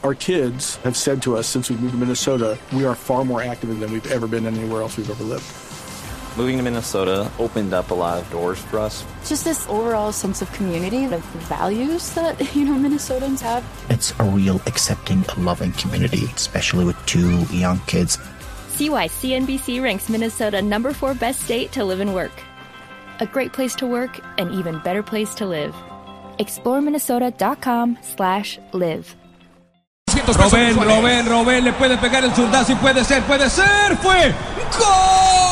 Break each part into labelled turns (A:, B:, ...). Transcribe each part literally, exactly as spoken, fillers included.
A: Our kids have said to us since we moved to Minnesota, we are far more active than we've ever been anywhere else we've ever lived.
B: Moving to Minnesota opened up a lot of doors for us.
C: Just this overall sense of community, the values that, you know, Minnesotans have.
D: It's a real accepting, loving community, especially with two young kids.
E: See why C N B C ranks Minnesota number four best state to live and work. A great place to work, an even better place to live. explore minnesota dot com slash live.
F: Robben, Robben, Robben, le puede pegar el zurdazo y puede ser, puede ser, fue ¡gol!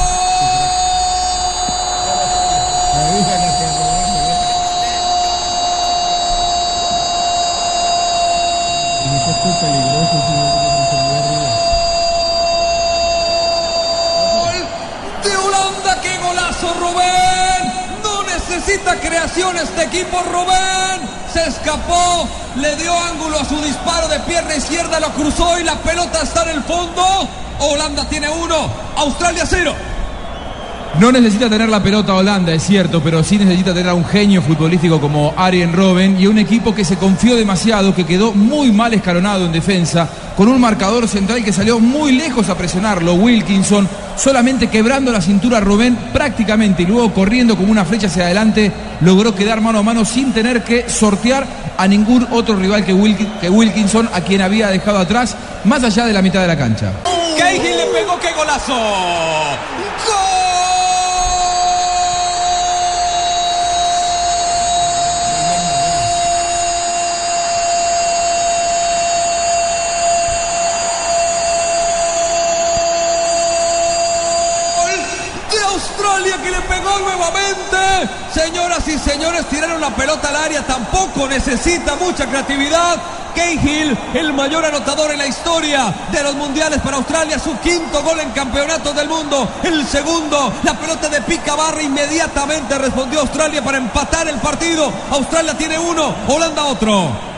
F: De Holanda, qué golazo, Robben. No necesita creación este equipo, Robben. Se escapó, le dio ángulo a su disparo de pierna izquierda, lo cruzó y la pelota está en el fondo. Holanda tiene uno, Australia cero. No necesita tener la pelota Holanda, es cierto, pero sí necesita tener a un genio futbolístico como Arjen Robben y un equipo que se confió demasiado, que quedó muy mal escalonado en defensa, con un marcador central que salió muy lejos a presionarlo, Wilkinson, solamente quebrando la cintura Robben prácticamente y luego corriendo como una flecha hacia adelante, logró quedar mano a mano sin tener que sortear a ningún otro rival que, Wilk- que Wilkinson, a quien había dejado atrás, más allá de la mitad de la cancha. Cahill le pegó, qué golazo. ¡Gol! Australia que le pegó nuevamente. Señoras y señores, tiraron la pelota al área, tampoco necesita mucha creatividad. Cahill, el mayor anotador en la historia de los mundiales para Australia, su quinto gol en campeonatos del mundo, el segundo, la pelota de Pica Barra, inmediatamente respondió Australia para empatar el partido. Australia tiene uno, Holanda otro.